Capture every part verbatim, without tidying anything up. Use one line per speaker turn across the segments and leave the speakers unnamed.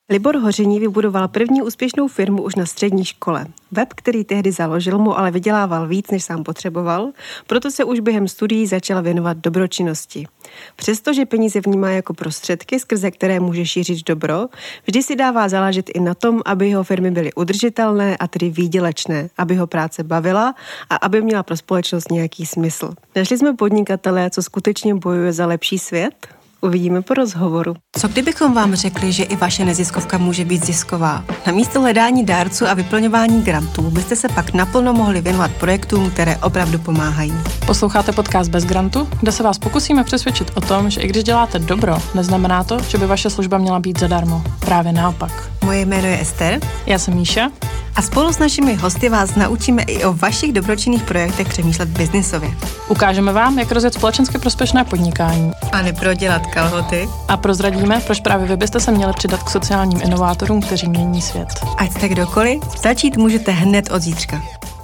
Libor Hoření vybudoval první úspěšnou firmu už na střední škole. Web, který tehdy založil, mu ale vydělával víc, než sám potřeboval, proto se už během studií začal věnovat dobročinnosti. Přestože peníze vnímá jako prostředky, skrze které může šířit dobro, vždy si dává záležet i na tom, aby jeho firmy byly udržitelné a tedy výdělečné, aby ho práce bavila a aby měla pro společnost nějaký smysl. Našli jsme podnikatele, co skutečně bojuje za lepší svět? Uvidíme po rozhovoru. Co kdybychom vám řekli, že i vaše neziskovka může být zisková? Na místo hledání dárců a vyplňování grantů byste se pak naplno mohli věnovat projektům, které opravdu pomáhají.
Posloucháte podcast Bez grantu, kde se vás pokusíme přesvědčit o tom, že i když děláte dobro, neznamená to, že by vaše služba měla být zadarmo. Právě naopak.
Moje jméno je Ester.
Já jsem Míša.
A spolu s našimi hosty vás naučíme i o vašich dobročinných projektech přemýšlet biznisově.
Ukážeme vám, jak rozjet společensky prospěšné podnikání.
A neprodělat kalhoty.
A prozradíme, proč právě vy byste se měli přidat k sociálním inovátorům, kteří mění svět.
Ať jste kdokoliv, začít můžete hned od zítřka.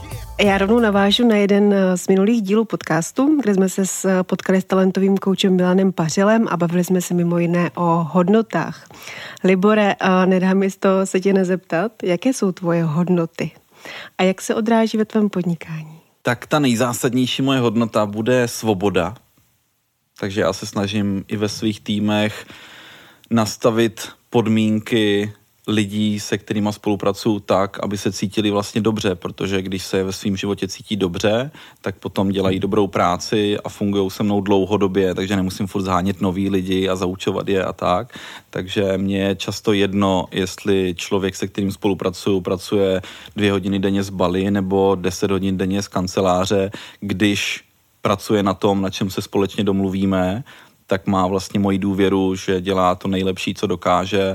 Já rovnou navážu na jeden z minulých dílů podcastu, kde jsme se potkali s talentovým koučem Milanem Pařilem a bavili jsme se mimo jiné o hodnotách. Libore, nedá mi z toho se tě nezeptat, jaké jsou tvoje hodnoty a jak se odráží ve tvém podnikání?
Tak ta nejzásadnější moje hodnota bude svoboda. Takže já se snažím i ve svých týmech nastavit podmínky lidí, se kterými spolupracuju tak, aby se cítili vlastně dobře, protože když se ve svém životě cítí dobře, tak potom dělají dobrou práci a fungují se mnou dlouhodobě, takže nemusím furt zhánět nový lidi a zaučovat je a tak. Takže mě je často jedno, jestli člověk, se kterým spolupracuju, pracuje dvě hodiny denně z Bali nebo deset hodin denně z kanceláře, když pracuje na tom, na čem se společně domluvíme, tak má vlastně moji důvěru, že dělá to nejlepší, co dokáže,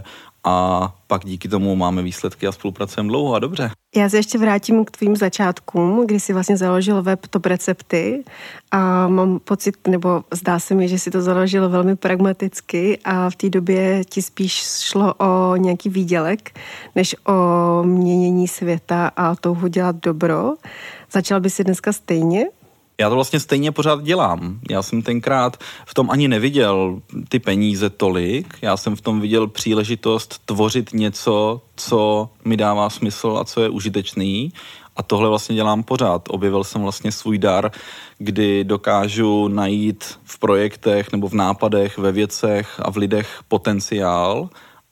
a pak díky tomu máme výsledky a spolupracujeme dlouho a dobře.
Já se ještě vrátím k tvým začátkům, kdy jsi vlastně založil web Top recepty a mám pocit, nebo zdá se mi, že si to založil velmi pragmaticky a v té době ti spíš šlo o nějaký výdělek, než o měnění světa a touhu dělat dobro. Začal by si dneska stejně?
Já to vlastně stejně pořád dělám. Já jsem tenkrát v tom ani neviděl ty peníze tolik. Já jsem v tom viděl příležitost tvořit něco, co mi dává smysl a co je užitečný. A tohle vlastně dělám pořád. Objevil jsem vlastně svůj dar, kdy dokážu najít v projektech nebo v nápadech, ve věcech a v lidech potenciál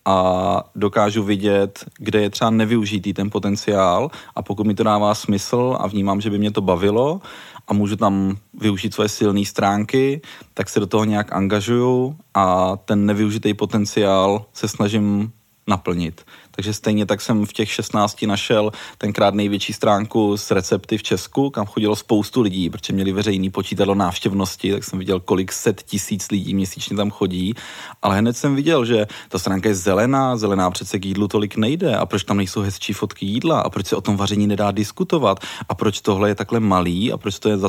a dokážu vidět, kde je třeba nevyužitý ten potenciál a pokud mi to dává smysl a vnímám, že by mě to bavilo a můžu tam využít svoje silné stránky, tak se do toho nějak angažuju a ten nevyužitý potenciál se snažím naplnit. Takže stejně tak jsem v těch šestnácti našel tenkrát největší stránku s recepty v Česku, kam chodilo spoustu lidí, protože měli veřejný počítadlo návštěvnosti, tak jsem viděl, kolik set tisíc lidí měsíčně tam chodí, ale hned jsem viděl, že ta stránka je zelená, zelená přece k jídlu tolik nejde a proč tam nejsou hezčí fotky jídla a proč se o tom vaření nedá diskutovat a proč tohle je takhle malý a proč to je za,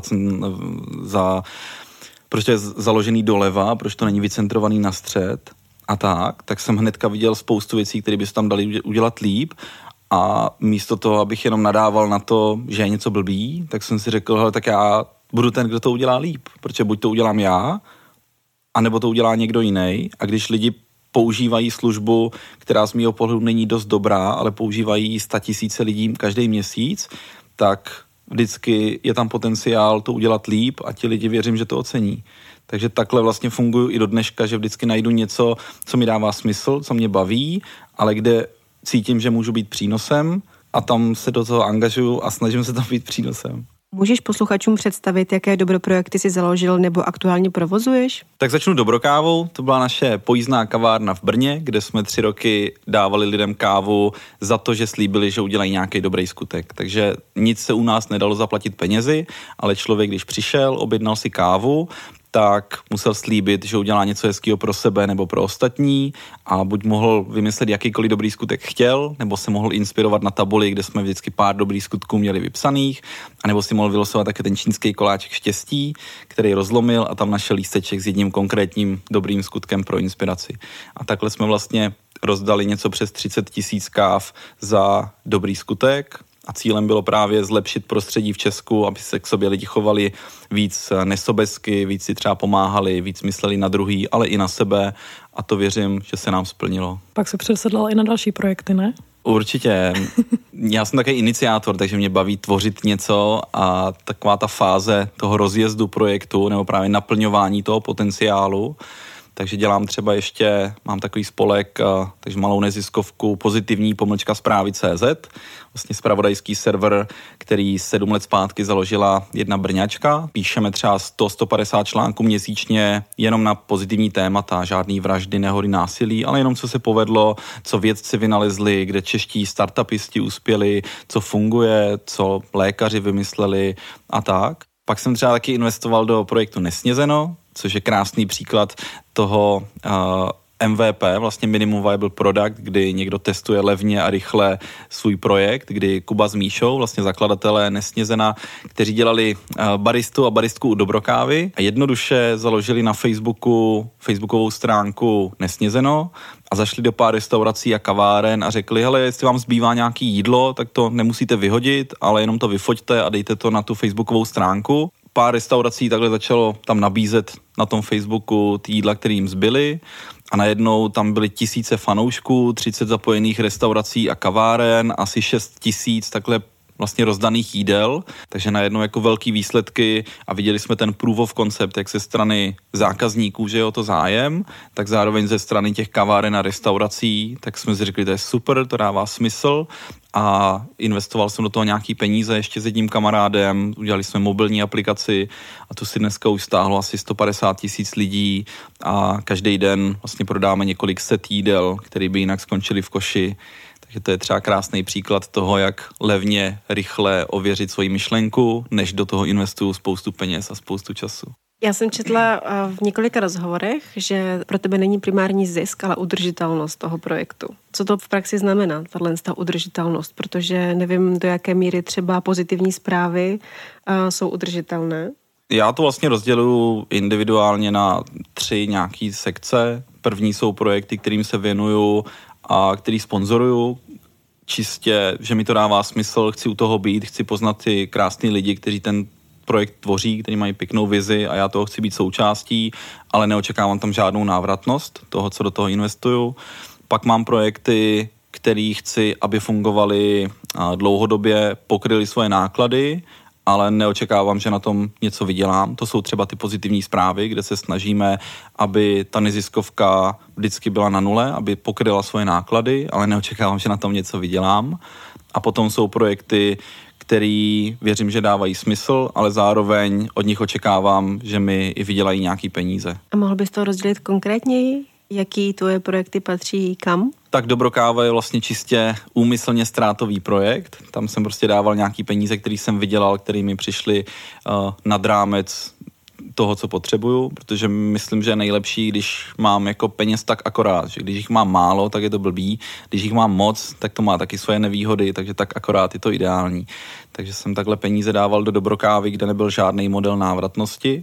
za proč to je založený doleva, proč to není vycentrovaný na střed. A tak, tak jsem hnedka viděl spoustu věcí, které by se tam dali udělat líp a místo toho, abych jenom nadával na to, že je něco blbý, tak jsem si řekl, hele, tak já budu ten, kdo to udělá líp, protože buď to udělám já, anebo to udělá někdo jiný a když lidi používají službu, která z mýho pohledu není dost dobrá, ale používají ji statisíce lidí každý měsíc, tak vždycky je tam potenciál to udělat líp a ti lidi věřím, že to ocení. Takže takhle vlastně funguju i do dneška, že vždycky najdu něco, co mi dává smysl, co mě baví, ale kde cítím, že můžu být přínosem a tam se do toho angažuju a snažím se tam být přínosem.
Můžeš posluchačům představit, jaké dobroprojekty jsi založil nebo aktuálně provozuješ?
Tak začnu Dobrokávou, to byla naše pojízdná kavárna v Brně, kde jsme tři roky dávali lidem kávu za to, že slíbili, že udělají nějaký dobrý skutek. Takže nic se u nás nedalo zaplatit penězi, ale člověk, když přišel, objednal si kávu, tak musel slíbit, že udělá něco hezkého pro sebe nebo pro ostatní a buď mohl vymyslet jakýkoliv dobrý skutek chtěl, nebo se mohl inspirovat na tabuli, kde jsme vždycky pár dobrých skutků měli vypsaných, anebo si mohl vylosovat také ten čínský koláček štěstí, který rozlomil a tam našel lísteček s jedním konkrétním dobrým skutkem pro inspiraci. A takhle jsme vlastně rozdali něco přes třicet tisíc káv za dobrý skutek a cílem bylo právě zlepšit prostředí v Česku, aby se k sobě lidi chovali víc nesobesky, víc si třeba pomáhali, víc mysleli na druhý, ale i na sebe a to věřím, že se nám splnilo.
Pak se přesedlal i na další projekty, ne?
Určitě. Já jsem takový iniciátor, takže mě baví tvořit něco a taková ta fáze toho rozjezdu projektu nebo právě naplňování toho potenciálu. Takže dělám třeba ještě, mám takový spolek, takže malou neziskovku pozitivní pomlčka zprávy tečka cé zet, vlastně zpravodajský server, který sedm let zpátky založila jedna Brňačka. Píšeme třeba sto až sto padesát článků měsíčně jenom na pozitivní témata, žádný vraždy, nehody, násilí, ale jenom co se povedlo, co vědci vynalezli, kde čeští startupisti uspěli, co funguje, co lékaři vymysleli a tak. Pak jsem třeba taky investoval do projektu Nesnězeno, což je krásný příklad toho uh, M V P, vlastně Minimum Viable Product, kdy někdo testuje levně a rychle svůj projekt, kdy Kuba s Míšou, vlastně zakladatelé Nesnězena, kteří dělali uh, baristu a baristku u Dobrokávy a jednoduše založili na Facebooku facebookovou stránku Nesnězeno a zašli do pár restaurací a kaváren a řekli, hele, jestli vám zbývá nějaký jídlo, tak to nemusíte vyhodit, ale jenom to vyfoťte a dejte to na tu facebookovou stránku. Pár restaurací takhle začalo tam nabízet na tom Facebooku ty jídla, které jim zbyly a najednou tam byly tisíce fanoušků, třicet zapojených restaurací a kaváren, asi šest tisíc takhle vlastně rozdaných jídel, takže najednou jako velký výsledky a viděli jsme ten proof of concept, jak ze strany zákazníků, že je o to zájem, tak zároveň ze strany těch kaváren a restaurací, tak jsme si řekli, to je super, to dává smysl a investoval jsem do toho nějaký peníze ještě s jedním kamarádem, udělali jsme mobilní aplikaci a tu si dneska už stáhlo asi sto padesát tisíc lidí a každý den vlastně prodáme několik set jídel, které by jinak skončily v koši. Takže to je třeba krásný příklad toho, jak levně, rychle ověřit svoji myšlenku, než do toho investuju spoustu peněz a spoustu času.
Já jsem četla v několika rozhovorech, že pro tebe není primární zisk, ale udržitelnost toho projektu. Co to v praxi znamená, tato udržitelnost? Protože nevím, do jaké míry třeba pozitivní zprávy jsou udržitelné.
Já to vlastně rozděluji individuálně na tři nějaký sekce. První jsou projekty, kterým se věnuju a který sponzoruju, čistě, že mi to dává smysl, chci u toho být, chci poznat ty krásný lidi, kteří ten projekt tvoří, kteří mají pěknou vizi a já toho chci být součástí, ale neočekávám tam žádnou návratnost toho, co do toho investuju. Pak mám projekty, který chci, aby fungovaly dlouhodobě, pokryly svoje náklady, ale neočekávám, že na tom něco vydělám. To jsou třeba ty pozitivní zprávy, kde se snažíme, aby ta neziskovka vždycky byla na nule, aby pokryla svoje náklady, ale neočekávám, že na tom něco vydělám. A potom jsou projekty, který věřím, že dávají smysl, ale zároveň od nich očekávám, že mi i vydělají nějaký peníze.
A mohl bys to rozdělit konkrétněji? Jaký tvoje projekty patří kam?
Tak Dobrokáva je vlastně čistě úmyslně ztrátový projekt. Tam jsem prostě dával nějaký peníze, který jsem vydělal, který mi přišly uh, nad rámec toho, co potřebuju, protože myslím, že je nejlepší, když mám jako peněz tak akorát, že když jich mám málo, tak je to blbý, když jich mám moc, tak to má taky svoje nevýhody, takže tak akorát je to ideální. Takže jsem takhle peníze dával do Dobrokávy, kde nebyl žádný model návratnosti.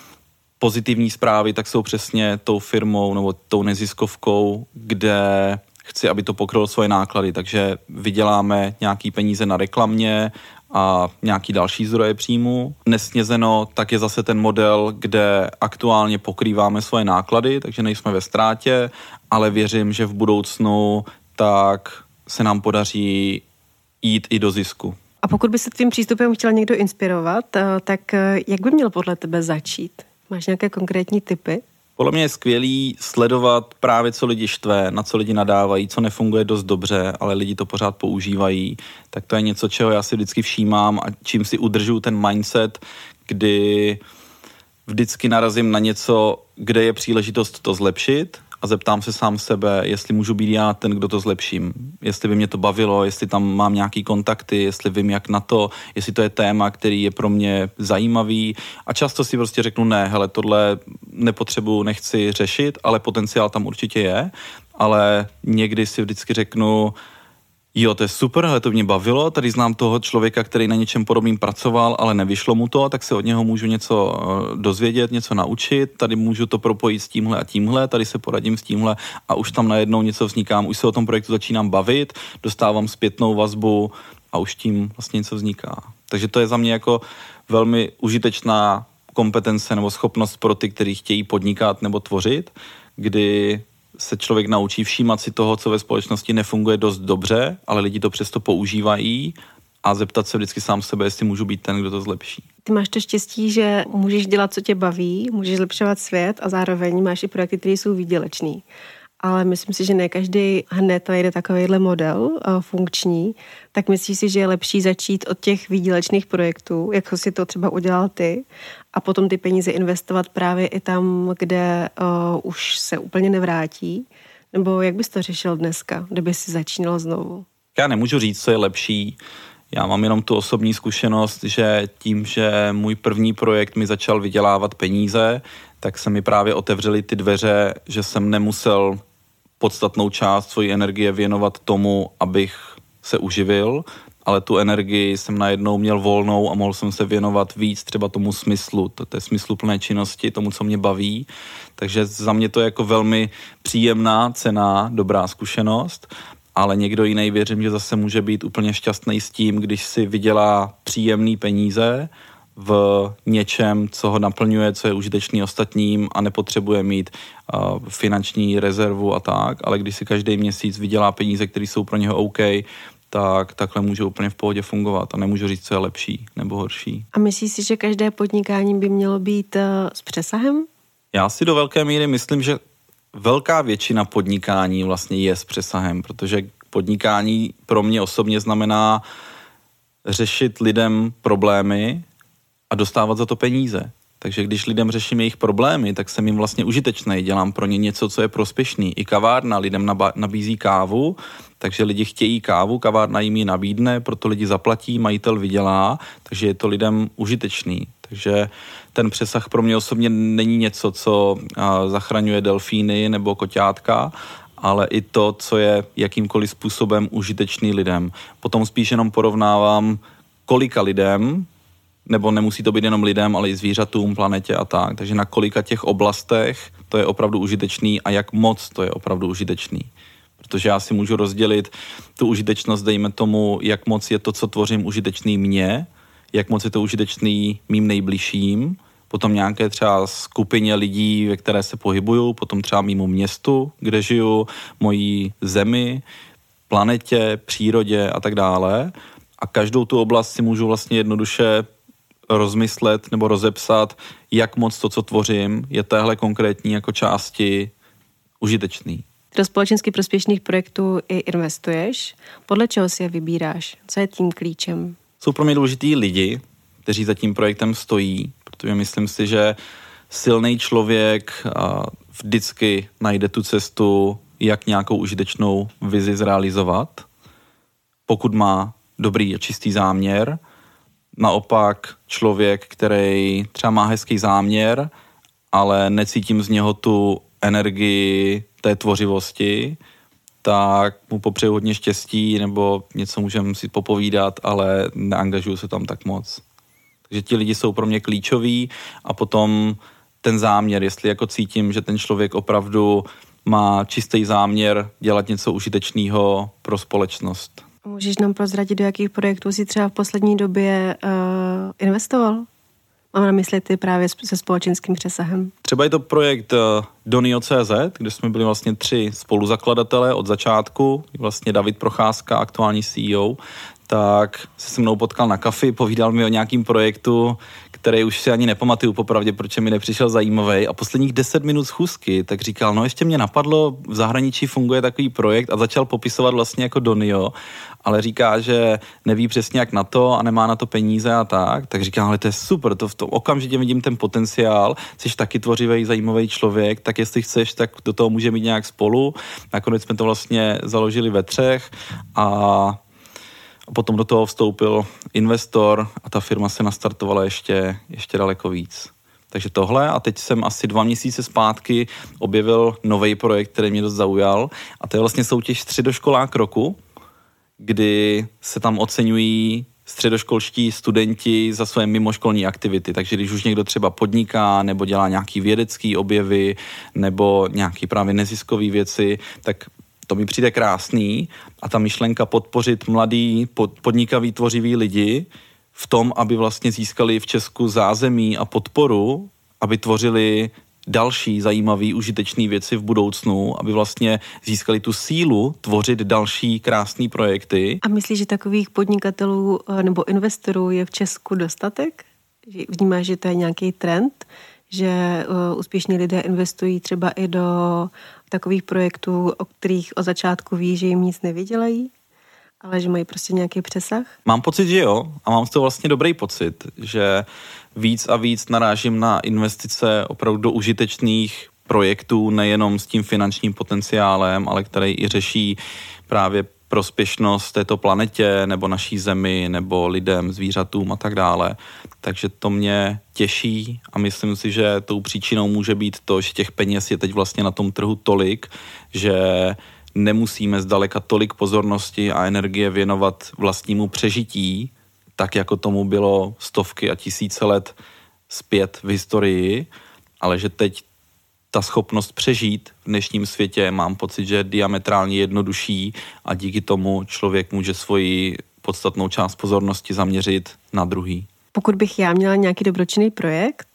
Pozitivní zprávy tak jsou přesně tou firmou nebo tou neziskovkou, kde chci, aby to pokrylo svoje náklady, takže vyděláme nějaký peníze na reklamě a nějaký další zdroje příjmu. Nesnězeno tak je zase ten model, kde aktuálně pokrýváme svoje náklady, takže nejsme ve ztrátě, ale věřím, že v budoucnu tak se nám podaří jít i do zisku.
A pokud by se tvým přístupem chtěl někdo inspirovat, tak jak by měl podle tebe začít? Máš nějaké konkrétní tipy?
Podle mě je skvělý sledovat právě, co lidi štve, na co lidi nadávají, co nefunguje dost dobře, ale lidi to pořád používají. Tak to je něco, čeho já si vždycky všímám a čím si udržuju ten mindset, kdy vždycky narazím na něco, kde je příležitost to zlepšit a zeptám se sám sebe, jestli můžu být já ten, kdo to zlepším. Jestli by mě to bavilo, jestli tam mám nějaký kontakty, jestli vím jak na to, jestli to je téma, který je pro mě zajímavý. A často si prostě řeknu, ne, hele, tohle nepotřebuji, nechci řešit, ale potenciál tam určitě je. Ale někdy si vždycky řeknu, jo, to je super, ale to mě bavilo, tady znám toho člověka, který na něčem podobným pracoval, ale nevyšlo mu to, tak se od něho můžu něco dozvědět, něco naučit, tady můžu to propojit s tímhle a tímhle, tady se poradím s tímhle a už tam najednou něco vznikám, už se o tom projektu začínám bavit, dostávám zpětnou vazbu a už tím vlastně něco vzniká. Takže to je za mě jako velmi užitečná kompetence nebo schopnost pro ty, kteří chtějí podnikat nebo tvořit, kdy se člověk naučí všímat si toho, co ve společnosti nefunguje dost dobře, ale lidi to přesto používají a zeptat se vždycky sám sebe, jestli můžu být ten, kdo to zlepší.
Ty máš to štěstí, že můžeš dělat, co tě baví, můžeš zlepšovat svět a zároveň máš i projekty, které jsou výdělečný. Ale myslím si, že ne každý hned najde takovýhle model uh, funkční, tak myslíš si, že je lepší začít od těch výdělečných projektů, jako si to třeba udělal ty, a potom ty peníze investovat právě i tam, kde uh, už se úplně nevrátí? Nebo jak bys to řešil dneska, kdyby si začínal znovu?
Já nemůžu říct, co je lepší. Já mám jenom tu osobní zkušenost, že tím, že můj první projekt mi začal vydělávat peníze, tak se mi právě otevřely ty dveře, že jsem nemusel podstatnou část svojí energie věnovat tomu, abych se uživil, ale tu energii jsem najednou měl volnou a mohl jsem se věnovat víc třeba tomu smyslu, té smysluplné činnosti, tomu, co mě baví. Takže za mě to je jako velmi příjemná, cenná, dobrá zkušenost, ale někdo jiný věřím, že zase může být úplně šťastný s tím, když si vydělá příjemný peníze v něčem, co ho naplňuje, co je užitečný ostatním a nepotřebuje mít uh, finanční rezervu a tak, ale když si každý měsíc vydělá peníze, které jsou pro něho OK, tak takhle může úplně v pohodě fungovat a nemůžu říct, co je lepší nebo horší.
A myslíš si, že každé podnikání by mělo být uh, s přesahem?
Já si do velké míry myslím, že velká většina podnikání vlastně je s přesahem, protože podnikání pro mě osobně znamená řešit lidem problémy a dostávat za to peníze. Takže když lidem řeším jejich problémy, tak jsem jim vlastně užitečný, dělám pro ně něco, co je prospěšný. I kavárna lidem nabízí kávu, takže lidi chtějí kávu, kavárna jim ji nabídne, proto lidi zaplatí, majitel vydělá, takže je to lidem užitečný. Takže ten přesah pro mě osobně není něco, co zachraňuje delfíny nebo koťátka, ale i to, co je jakýmkoliv způsobem užitečný lidem. Potom spíš jenom porovnávám, kolika lidem, nebo nemusí to být jenom lidem, ale i zvířatům, planetě a tak. Takže na kolika těch oblastech to je opravdu užitečný a jak moc to je opravdu užitečný. Protože já si můžu rozdělit tu užitečnost, dejme tomu, jak moc je to, co tvořím, užitečný mně, jak moc je to užitečný mým nejbližším, potom nějaké třeba skupině lidí, ve které se pohybuju, potom třeba mému městu, kde žiju, mojí zemi, planetě, přírodě a tak dále. A každou tu oblast si můžu vlastně jednoduše rozmyslet nebo rozepsat, jak moc to, co tvořím, je téhle konkrétní jako části užitečný.
Do společensky prospěšných projektů i investuješ. Podle čeho si je vybíráš? Co je tím klíčem?
Jsou pro mě důležitý lidi, kteří za tím projektem stojí, protože myslím si, že silný člověk vždycky najde tu cestu, jak nějakou užitečnou vizi zrealizovat, pokud má dobrý a čistý záměr. Naopak člověk, který třeba má hezký záměr, ale necítím z něho tu energii té tvořivosti, tak mu popřeju hodně štěstí nebo něco můžeme si popovídat, ale neangažuju se tam tak moc. Takže ti lidi jsou pro mě klíčoví a potom ten záměr, jestli jako cítím, že ten člověk opravdu má čistý záměr dělat něco užitečného pro společnost.
Můžeš nám prozradit, do jakých projektů jsi třeba v poslední době uh, investoval? Mám na mysli ty právě se společenským přesahem.
Třeba je to projekt uh, Donio tečka cé zet, kde jsme byli vlastně tři spoluzakladatelé od začátku, vlastně David Procházka, aktuální C E O, tak se se mnou potkal na kafi, povídal mi o nějakým projektu, který už si ani nepamatuju popravdě, proč mi nepřišel zajímavý. A posledních deset minut schůzky, tak říkal, no ještě mě napadlo, v zahraničí funguje takový projekt a začal popisovat vlastně jako Donio, ale říká, že neví přesně jak na to a nemá na to peníze a tak. Tak říkám, ale to je super, to v tom okamžitě vidím ten potenciál, jsi taky tvořivý, zajímavý člověk, tak jestli chceš, tak do toho může mít nějak spolu. Nakonec jsme to vlastně založili ve třech a A potom do toho vstoupil investor a ta firma se nastartovala ještě, ještě daleko víc. Takže tohle a teď jsem asi dva měsíce zpátky objevil nový projekt, který mě dost zaujal a to je vlastně soutěž Středoškolák roku, kdy se tam oceňují středoškolští studenti za své mimoškolní aktivity. Takže když už někdo třeba podniká nebo dělá nějaký vědecký objevy nebo nějaký právě neziskový věci, tak To mi přijde krásný a ta myšlenka podpořit mladý, pod, podnikavý, tvořivý lidi v tom, aby vlastně získali v Česku zázemí a podporu, aby tvořili další zajímavé, užitečné věci v budoucnu, aby vlastně získali tu sílu tvořit další krásné projekty.
A myslíš, že takových podnikatelů nebo investorů je v Česku dostatek? Vnímáš, že to je nějaký trend, že uh, úspěšní lidé investují třeba i do takových projektů, o kterých od začátku ví, že jim nic nevydělají, ale že mají prostě nějaký přesah?
Mám pocit, že jo, a mám z toho vlastně dobrý pocit, že víc a víc narážím na investice opravdu do užitečných projektů, nejenom s tím finančním potenciálem, ale který i řeší právě prospěšnost této planetě, nebo naší zemi, nebo lidem, zvířatům a tak dále. Takže to mě těší a myslím si, že tou příčinou může být to, že těch peněz je teď vlastně na tom trhu tolik, že nemusíme zdaleka tolik pozornosti a energie věnovat vlastnímu přežití, tak jako tomu bylo stovky a tisíce let zpět v historii, ale že teď ta schopnost přežít v dnešním světě, mám pocit, že je diametrálně jednodušší a díky tomu člověk může svoji podstatnou část pozornosti zaměřit na druhý.
Pokud bych já měla nějaký dobročinný projekt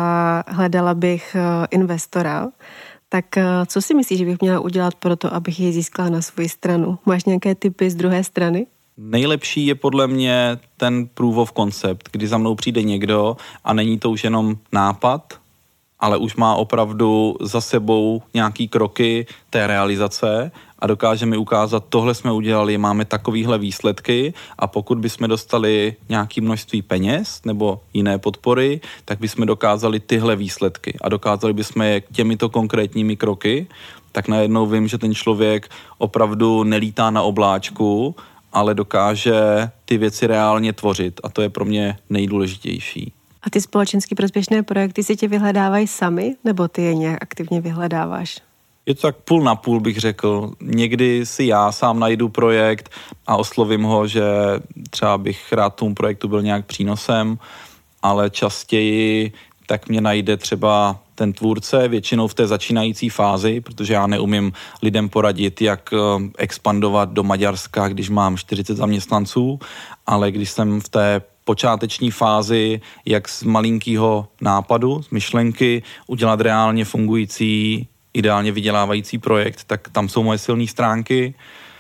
a hledala bych investora, tak co si myslíš, že bych měla udělat pro to, abych jej získala na svoji stranu? Máš nějaké tipy z druhé strany?
Nejlepší je podle mě ten proof of concept, kdy za mnou přijde někdo a není to už jenom nápad, ale už má opravdu za sebou nějaký kroky té realizace a dokáže mi ukázat, tohle jsme udělali, máme takovýhle výsledky a pokud bychom dostali nějaké množství peněz nebo jiné podpory, tak bychom dokázali tyhle výsledky a dokázali bychom je těmito konkrétními kroky, tak najednou vím, že ten člověk opravdu nelítá na obláčku, ale dokáže ty věci reálně tvořit a to je pro mě nejdůležitější.
A ty společensky prospěšné projekty si tě vyhledávají sami, nebo ty je nějak aktivně vyhledáváš?
Je to tak půl na půl, bych řekl. Někdy si já sám najdu projekt a oslovím ho, že třeba bych rád tomu projektu byl nějak přínosem, ale častěji tak mě najde třeba ten tvůrce, většinou v té začínající fázi, protože já neumím lidem poradit, jak expandovat do Maďarska, když mám čtyřicet zaměstnanců, ale když jsem v té počáteční fázi, jak z malinkého nápadu, z myšlenky, udělat reálně fungující, ideálně vydělávající projekt, tak tam jsou moje silné stránky.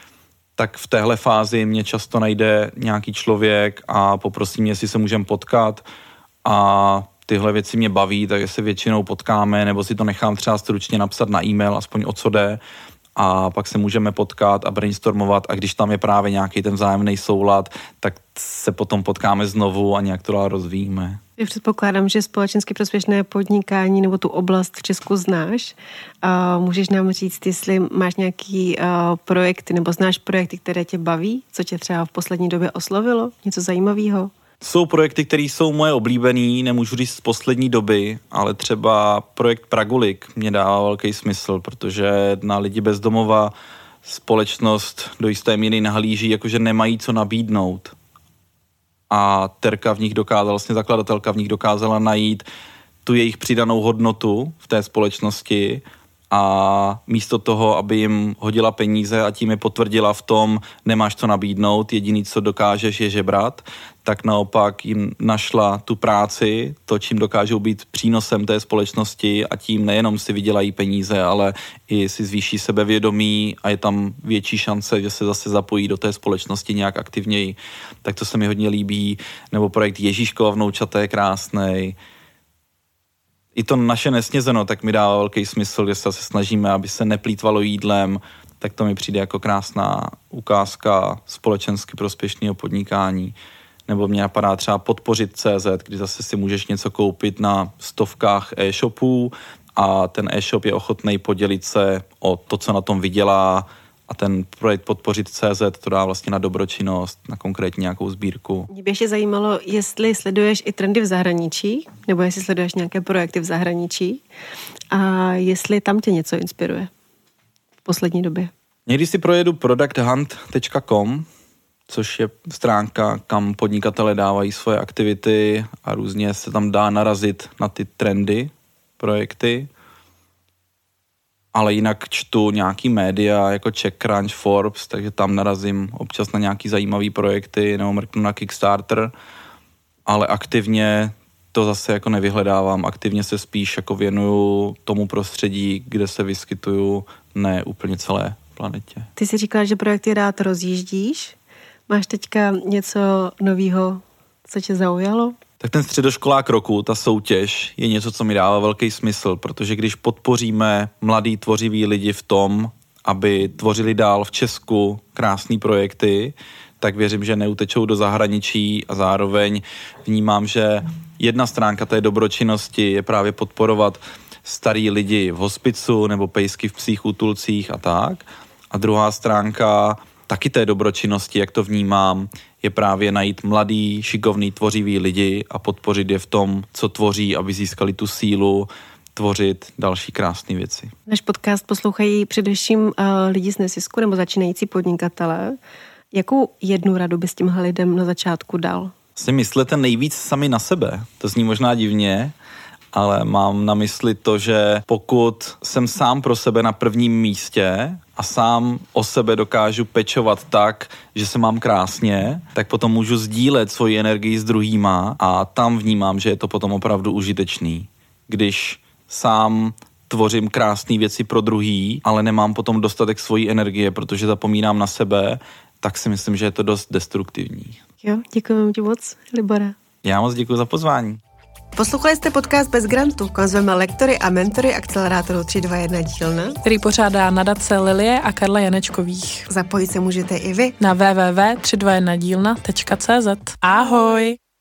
Tak v téhle fázi mě často najde nějaký člověk a poprosí mě, jestli se můžeme potkat a tyhle věci mě baví, takže se většinou potkáme, nebo si to nechám třeba stručně napsat na e-mail, aspoň o co jde, a pak se můžeme potkat a brainstormovat a když tam je právě nějaký ten vzájemný soulad, tak se potom potkáme znovu a nějak to dál rozvíjíme.
Já předpokládám, že společensky prospěšné podnikání nebo tu oblast v Česku znáš. A můžeš nám říct, jestli máš nějaký uh, projekty nebo znáš projekty, které tě baví, co tě třeba v poslední době oslovilo, něco zajímavého?
Jsou projekty, které jsou moje oblíbený, nemůžu říct z poslední doby, ale třeba projekt Pragulik mě dává velký smysl, protože na lidi bez domova společnost do jisté míry nahlíží, jakože nemají co nabídnout. A Terka v nich dokázala, vlastně zakladatelka v nich dokázala najít tu jejich přidanou hodnotu v té společnosti a místo toho, aby jim hodila peníze a tím je potvrdila v tom, nemáš co nabídnout, jediný, co dokážeš, je žebrat, tak naopak jim našla tu práci, to, čím dokážou být přínosem té společnosti a tím nejenom si vydělají peníze, ale i si zvýší sebevědomí a je tam větší šance, že se zase zapojí do té společnosti nějak aktivněji. Tak to se mi hodně líbí. Nebo projekt Ježíškova vnoučaté, krásnej. I to naše Nesnězeno, tak mi dává velký smysl, že se snažíme, aby se neplýtvalo jídlem, tak to mi přijde jako krásná ukázka společensky prospěšného podnikání. Nebo mě napadá třeba podpořit tečka cé zet, kdy zase si můžeš něco koupit na stovkách e-shopů a ten e-shop je ochotný podělit se o to, co na tom vydělá a ten projekt podpořit tečka cé zet to dá vlastně na dobročinnost, na konkrétní nějakou sbírku.
Mě by ještě zajímalo, jestli sleduješ i trendy v zahraničí, nebo jestli sleduješ nějaké projekty v zahraničí a jestli tam tě něco inspiruje v poslední době.
Někdy si projedu product hunt tečka com, což je stránka, kam podnikatelé dávají svoje aktivity a různě se tam dá narazit na ty trendy, projekty. ale jinak čtu nějaký média jako CheckCrunch, Forbes, takže tam narazím občas na nějaký zajímavý projekty nebo mrknu na Kickstarter, ale aktivně to zase jako nevyhledávám, aktivně se spíš jako věnuju tomu prostředí, kde se vyskytuju, ne úplně celé planetě.
Ty jsi říkala, že projekty rád rozjíždíš. Máš teďka něco novýho, co tě zaujalo?
Tak ten středoškolák roku, ta soutěž, je něco, co mi dává velký smysl, protože když podpoříme mladý tvořivý lidi v tom, aby tvořili dál v Česku krásný projekty, tak věřím, že neutečou do zahraničí a zároveň vnímám, že jedna stránka té dobročinnosti je právě podporovat starý lidi v hospicu nebo pejsky v psích útulcích a tak. A druhá stránka taky té dobročinnosti, jak to vnímám, je právě najít mladý, šikovný, tvořivý lidi a podpořit je v tom, co tvoří, aby získali tu sílu tvořit další krásné věci.
Náš podcast poslouchají především uh, lidi z nezisku nebo začínající podnikatelé. Jakou jednu radu bys těmhle lidem na začátku dal?
Si myslete nejvíc sami na sebe. To zní možná divně, ale mám na mysli to, že pokud jsem sám pro sebe na prvním místě a sám o sebe dokážu pečovat tak, že se mám krásně, tak potom můžu sdílet svoji energii s druhýma a tam vnímám, že je to potom opravdu užitečný. Když sám tvořím krásné věci pro druhý, ale nemám potom dostatek svojí energie, protože zapomínám na sebe, tak si myslím, že je to dost destruktivní.
Jo, děkujeme ti moc, Libore.
Já moc děkuji za pozvání.
Poslouchali jste podcast Bez grantu, kam zveme lektory a mentory akcelerátoru tři dva jedna dílna,
který pořádá nadace Lilie a Karla Janečkových.
Zapojit se můžete i vy
na w w w tečka tři dva jedna dílna tečka cé zet. Ahoj!